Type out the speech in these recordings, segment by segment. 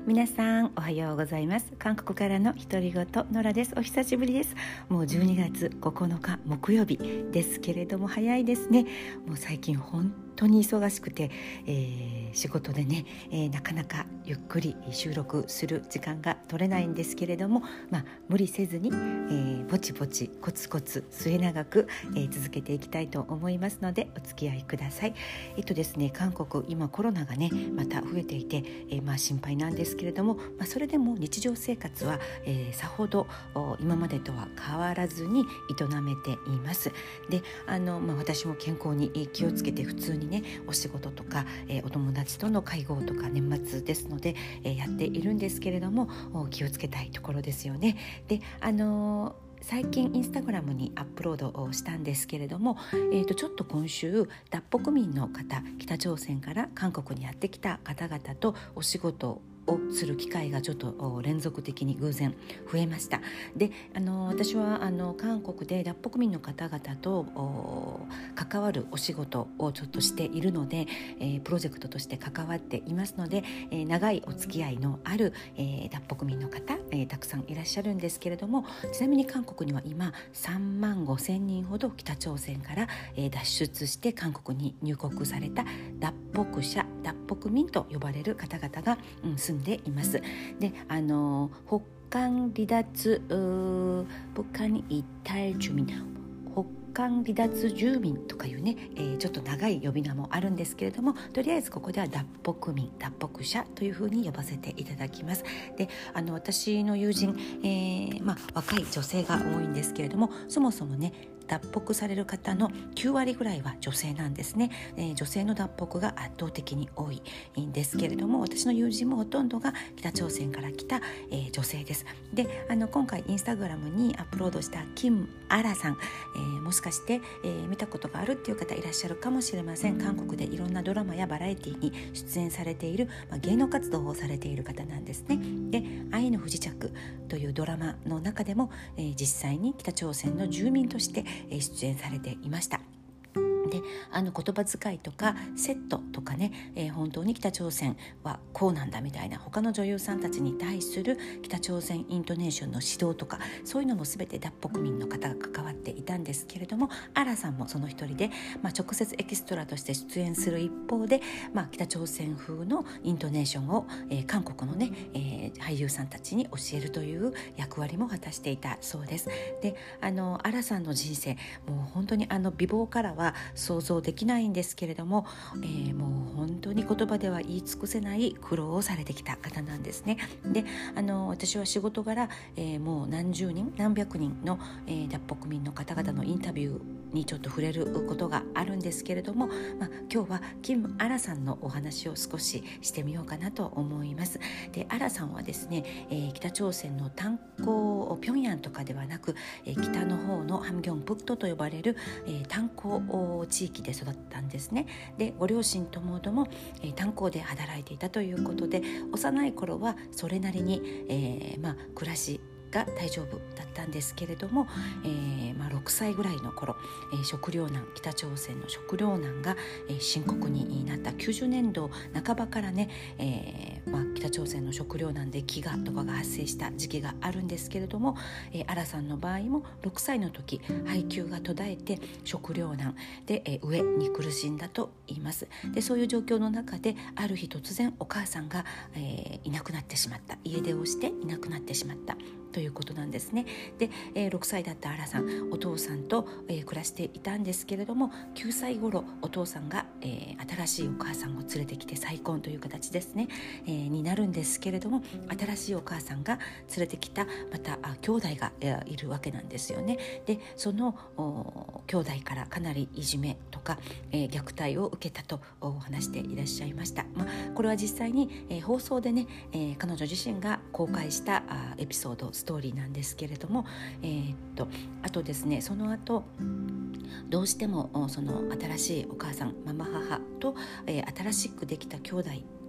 皆さんおはようございます。韓国からの独り言ノラです。お久しぶりです。もう12月9日木曜日ですけれども、早いですね。もう最近本当に忙しくて、仕事でね、なかなかゆっくり収録する時間が取れないんですけれども、無理せずに、ぼちぼちコツコツ末永く、続けていきたいと思いますのでお付き合いください。ですね、韓国今コロナがねまた増えていて、心配なんですけれども、それでも日常生活は、さほど今までとは変わらずに営めています。で、私も健康に気をつけて普通にねお仕事とか、お友達との会合とか年末ですので、やっているんですけれども、気をつけたいところですよね。で、最近インスタグラムにアップロードをしたんですけれども、ちょっと今週脱北民の方、北朝鮮から韓国にやってきた方々とお仕事をする機会がちょっと連続的に偶然増えました。で、私は韓国で脱北民の方々と関わるお仕事をちょっとしているので、プロジェクトとして関わっていますので、長いお付き合いのある、脱北民の方、たくさんいらっしゃるんですけれども、ちなみに韓国には今3万5千人ほど北朝鮮から、脱出して韓国に入国された脱北者、脱北民と呼ばれる方々が、住んでいます。で、北韓離脱北韓一体住民、北韓離脱住民とかいうね、ちょっと長い呼び名もあるんですけれども、とりあえずここでは脱北民、脱北者というふうに呼ばせていただきます。で、私の友人、若い女性が多いんですけれども、そもそもね脱北される方の9割ぐらいは女性なんですね。女性の脱北が圧倒的に多いんですけれども、私の友人もほとんどが北朝鮮から来た、女性です。で、今回インスタグラムにアップロードしたキム・アラさん、もしかして、見たことがあるっていう方いらっしゃるかもしれません。韓国でいろんなドラマやバラエティに出演されている、芸能活動をされている方なんですね。で、愛の不時着というドラマの中でも、実際に北朝鮮の住民として出演されていました。で、言葉遣いとかセットとかね、本当に北朝鮮はこうなんだみたいな他の女優さんたちに対する北朝鮮イントネーションの指導とか、そういうのも全て脱北民の方が関わっていたんですけれども、アラさんもその一人で、直接エキストラとして出演する一方で、北朝鮮風のイントネーションを、韓国のね、俳優さんたちに教えるという役割も果たしていたそうです。で、アラさんの人生、もう本当に美貌からは想像できないんですけれども、もう本当に言葉では言い尽くせない苦労をされてきた方なんですね。で、私は仕事柄、もう何十人何百人の、脱北民の方々のインタビューにちょっと触れることがあるんですけれども、今日はキム・アラさんのお話を少ししてみようかなと思います。で、アラさんはですね、北朝鮮の炭鉱平壌とかではなく、北の方のハムギョンプットと呼ばれる、炭鉱地域で育ったんですね。で、ご両親ともども、炭鉱で働いていたということで、幼い頃はそれなりに、暮らしが大丈夫だったんですけれども、6歳ぐらいの頃、食糧難、北朝鮮の食糧難が、深刻になった90年代半ばからね、北朝鮮の食糧難で飢餓とかが発生した時期があるんですけれども、アラさんの場合も6歳の時配給が途絶えて食糧難で、飢えに苦しんだと言います。で、そういう状況の中である日突然お母さんが、いなくなってしまった、家出をしていなくなってしまったということなんですね。で、6歳だったアラさん、お父さんと、暮らしていたんですけれども、9歳頃お父さんが、新しいお母さんを連れてきて再婚という形ですね、になるんですけれども、新しいお母さんが連れてきたまた兄弟が、いるわけなんですよね。で、その兄弟からかなりいじめとか、虐待を受けたと話していらっしゃいました。これは実際に、放送でね、彼女自身が公開したエピソードストーリーなんですけれども、あとですね、その後どうしてもその新しいお母さん、ママ母と、新しくできた兄弟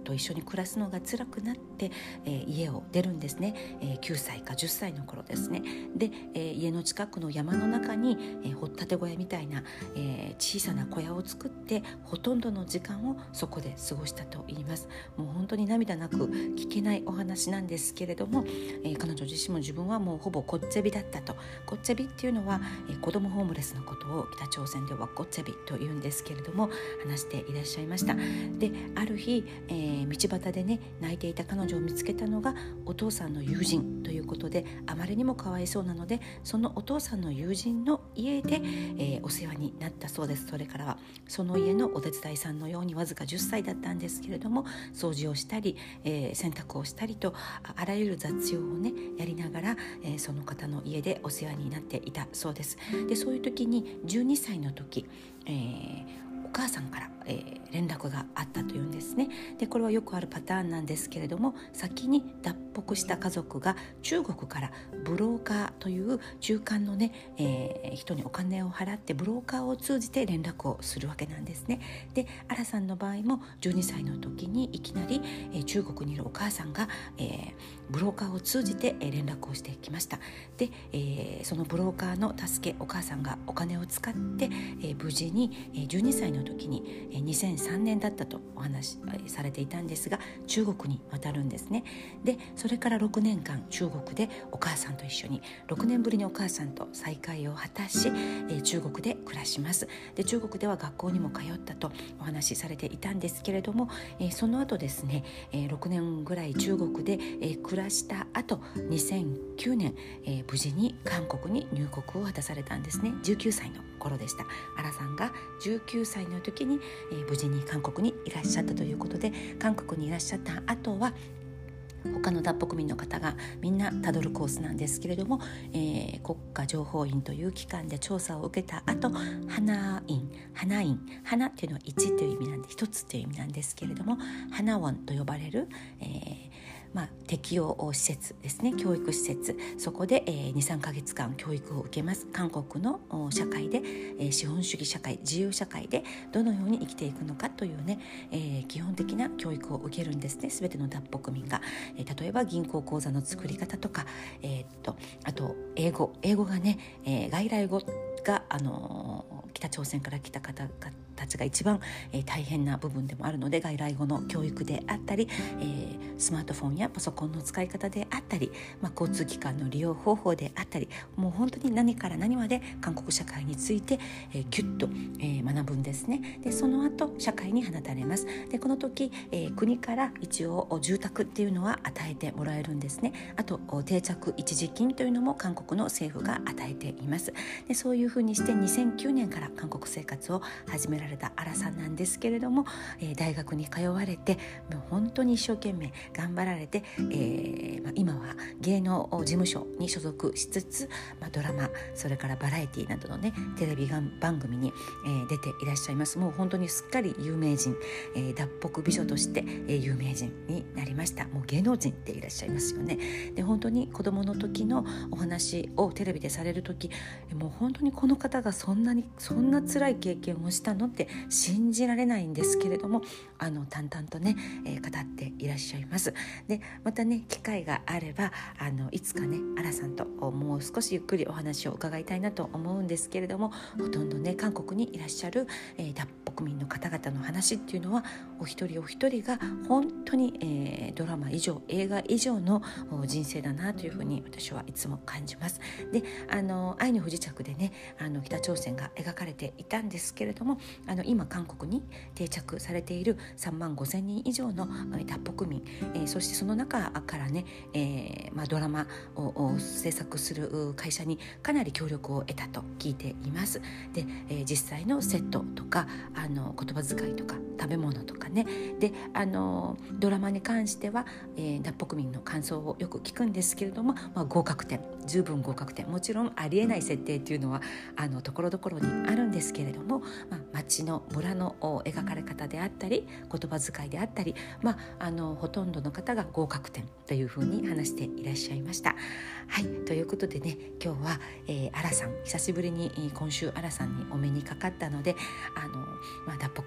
と一緒に暮らすのが辛くなって、家を出るんですね。9歳か10歳の頃ですね。で、家の近くの山の中に、掘ったて小屋みたいな、小さな小屋を作ってほとんどの時間をそこで過ごしたと言います。もう本当に涙なく聞けないお話なんですけれども、彼女自身も自分はもうほぼこっちゃびだったと。こっちゃびっていうのは、子供ホームレスのことを北朝鮮ではこっちゃびと言うんですけれども、話していらっしゃいました。で、ある日、道端でね泣いていた彼女を見つけたのがお父さんの友人ということで、あまりにもかわいそうなので、そのお父さんの友人の家で、お世話になったそうです。それからはその家のお手伝いさんのように、わずか10歳だったんですけれども、掃除をしたり、洗濯をしたりと、あらゆる雑用をねやりながら、その方の家でお世話になっていたそうです。で、そういう時に12歳の時、お母さんから、連絡があったというんですね。で、これはよくあるパターンなんですけれども、先に脱北した家族が中国からブローカーという中間のね、人にお金を払ってブローカーを通じて連絡をするわけなんですね。で、アラさんの場合も12歳の時にいきなり、中国にいるお母さんが、ブローカーを通じて連絡をしてきました。で、そのブローカーの助け、お母さんがお金を使って、無事に12歳の時に2003年だったとお話されていたんですが、中国に渡るんですね。で、それから6年間中国でお母さんと一緒に、6年ぶりにお母さんと再会を果たし、中国で暮らします。で、中国では学校にも通ったとお話しされていたんですけれども、その後ですね、6年ぐらい中国で、暮らした後、2009年、無事に韓国に入国を果たされたんですね。19歳の頃でした。アラさんが19歳の時に、無事に韓国にいらっしゃったということで、韓国にいらっしゃった後は他の脱北民の方がみんなたどるコースなんですけれども、国家情報院という機関で調査を受けた後、花院、花っていうのは1という意味なんで、1つという意味なんですけれども、花원と呼ばれる、適用施設ですね、教育施設、そこで、2,3 ヶ月間教育を受けます。韓国の社会で、資本主義社会、自由社会でどのように生きていくのかというね、基本的な教育を受けるんですね、すべての脱北民が。例えば銀行口座の作り方とか、あと英語がね、外来語が北朝鮮から来た方たちが一番、大変な部分でもあるので、外来語の教育であったり、スマートフォンやパソコンの使い方であったり、交通機関の利用方法であったり、もう本当に何から何まで韓国社会について、ギュッと、学ぶんですね。で、その後社会に放たれます。で、この時、国から一応住宅っていうのは与えてもらえるんですね。あと定着一時金というのも韓国の政府が与えています。で、そういうふうにして2009年から韓国生活を始められたアラさんなんですけれども、大学に通われて、もう本当に一生懸命頑張られて、今は芸能事務所に所属しつつ、ドラマ、それからバラエティなどのねテレビ番組に、出ていらっしゃいます。もう本当にすっかり有名人、脱北美女として、有名人になりました。もう芸能人っていらっしゃいますよね。で、本当に子供の時のお話をテレビでされる時、もう本当にこの方がそんな辛い経験をしたのって信じられないんですけれども、淡々とね、語っていらっしゃいます。で、またね機会があればいつかねアラさんともう少しゆっくりお話を伺いたいなと思うんですけれども、ほとんどね韓国にいらっしゃる、脱北民の方々の話っていうのは、お一人お一人が本当に、ドラマ以上映画以上の人生だなというふうに私はいつも感じます。で、愛の不時着でね北朝鮮が描かれていたんですけれども、今韓国に定着されている3万5千人以上の脱北民、そしてその中からね、ドラマを制作する会社にかなり協力を得たと聞いています。で、実際のセットとか言葉遣いとか食べ物とかね、でドラマに関しては、脱北民の感想をよく聞くんですけれども、合格点、十分合格点、もちろんありえない設定っていうのはところどころにあるんですけれども、町の村の描かれ方であったり言葉遣いであったり、ほとんどの方が合格点というふうに話していらっしゃいました。はい、ということでね、今日は、アラさん、久しぶりに今週アラさんにお目にかかったので、脱北民にま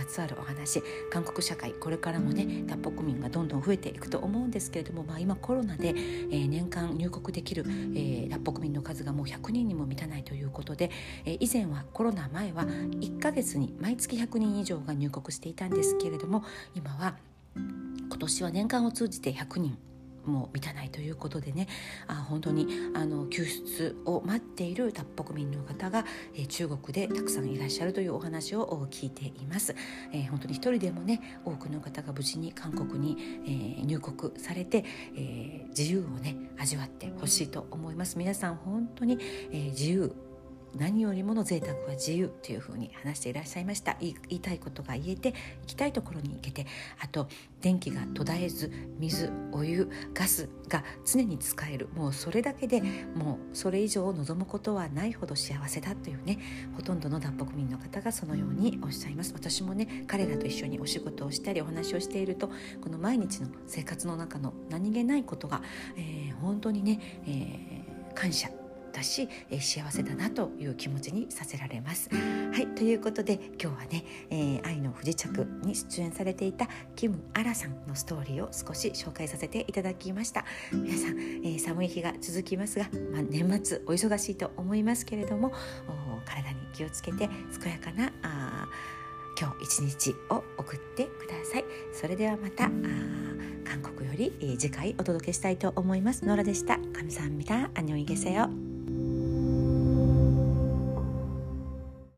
つわるお話、韓国社会これからもね脱北民がどんどん増えていくと思うんですけれども、今コロナで、年間入国できる、脱北民の数がもう100人にも満たないということで、以前はコロナ前は1ヶ月に毎月100人以上が入国していたんですけれども、今年は年間を通じて100人も満たないということでね、本当に救出を待っている脱北民の方が、中国でたくさんいらっしゃるというお話を聞いています。本当に一人でもね多くの方が無事に韓国に、入国されて、自由をね味わってほしいと思います。皆さん本当に、自由、何よりもの贅沢は自由というふうに話していらっしゃいました。言いたいことが言えて、行きたいところに行けて、あと電気が途絶えず、水、お湯、ガスが常に使える、もうそれだけでもうそれ以上望むことはないほど幸せだというね、ほとんどの脱北民の方がそのようにおっしゃいます。私もね彼らと一緒にお仕事をしたりお話をしていると、この毎日の生活の中の何気ないことが、本当にね、感謝だし、幸せだなという気持ちにさせられます。はい、ということで今日はね、愛の不時着に出演されていたキム・アラさんのストーリーを少し紹介させていただきました。皆さん、寒い日が続きますが、年末お忙しいと思いますけれども、体に気をつけて健やかな今日一日を送ってください。それではまた韓国より次回お届けしたいと思います。ノラでした。감사합니다。안녕히계세요。